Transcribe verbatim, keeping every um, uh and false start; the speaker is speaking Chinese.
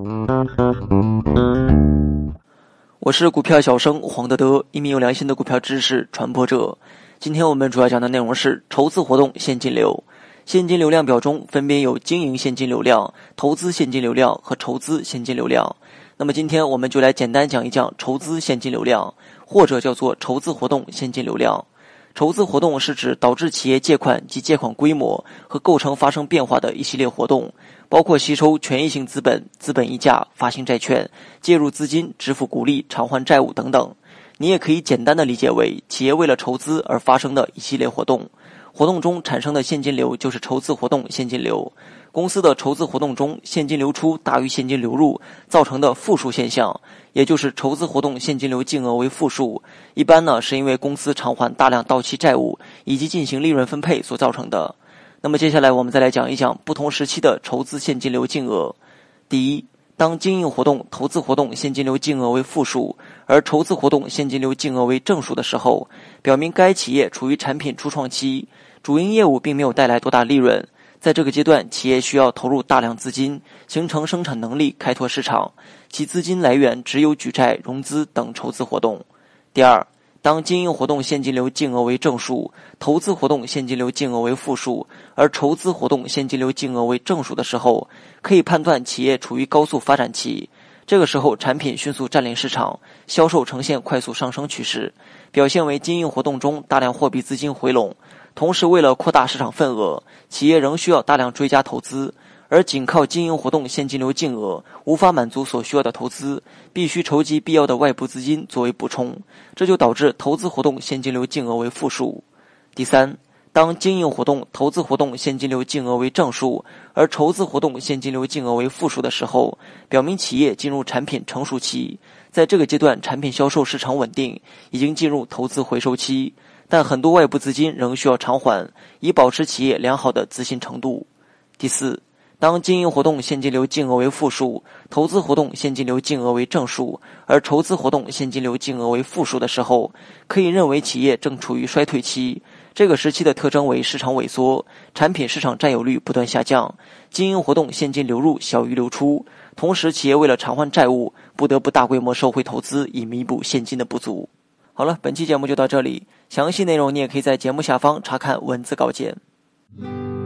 我是股票小生黄德德，一名有良心的股票知识传播者。今天我们主要讲的内容是筹资活动现金流。现金流量表中分别有经营现金流量、投资现金流量和筹资现金流量。那么今天我们就来简单讲一讲筹资现金流量，或者叫做筹资活动现金流量。筹资活动是指导致企业借款及借款规模和构成发生变化的一系列活动，包括吸收权益性资本、资本溢价、发行债券、介入资金、支付股利、偿还债务等等。你也可以简单的理解为企业为了筹资而发生的一系列活动。活动中产生的现金流就是筹资活动现金流。公司的筹资活动中现金流出大于现金流入造成的负数现象，也就是筹资活动现金流净额为负数，一般呢是因为公司偿还大量到期债务以及进行利润分配所造成的。那么接下来我们再来讲一讲不同时期的筹资现金流净额。第一，当经营活动、投资活动现金流净额为负数，而筹资活动现金流净额为正数的时候，表明该企业处于产品初创期，主营业务并没有带来多大利润。在这个阶段，企业需要投入大量资金，形成生产能力，开拓市场，其资金来源只有举债、融资等筹资活动。第二，当经营活动现金流净额为正数，投资活动现金流净额为负数，而筹资活动现金流净额为正数的时候，可以判断企业处于高速发展期。这个时候，产品迅速占领市场，销售呈现快速上升趋势，表现为经营活动中大量货币资金回笼。同时，为了扩大市场份额，企业仍需要大量追加投资，而仅靠经营活动现金流净额无法满足所需要的投资，必须筹集必要的外部资金作为补充，这就导致投资活动现金流净额为负数。第三，当经营活动、投资活动现金流净额为正数，而筹资活动现金流净额为负数的时候，表明企业进入产品成熟期，在这个阶段产品销售市场稳定，已经进入投资回收期，但很多外部资金仍需要偿还，以保持企业良好的资信程度。第四，当经营活动现金流净额为负数，投资活动现金流净额为正数，而筹资活动现金流净额为负数的时候，可以认为企业正处于衰退期。这个时期的特征为市场萎缩，产品市场占有率不断下降，经营活动现金流入小于流出，同时企业为了偿还债务，不得不大规模收回投资以弥补现金的不足。好了，本期节目就到这里，详细内容你也可以在节目下方查看文字稿件。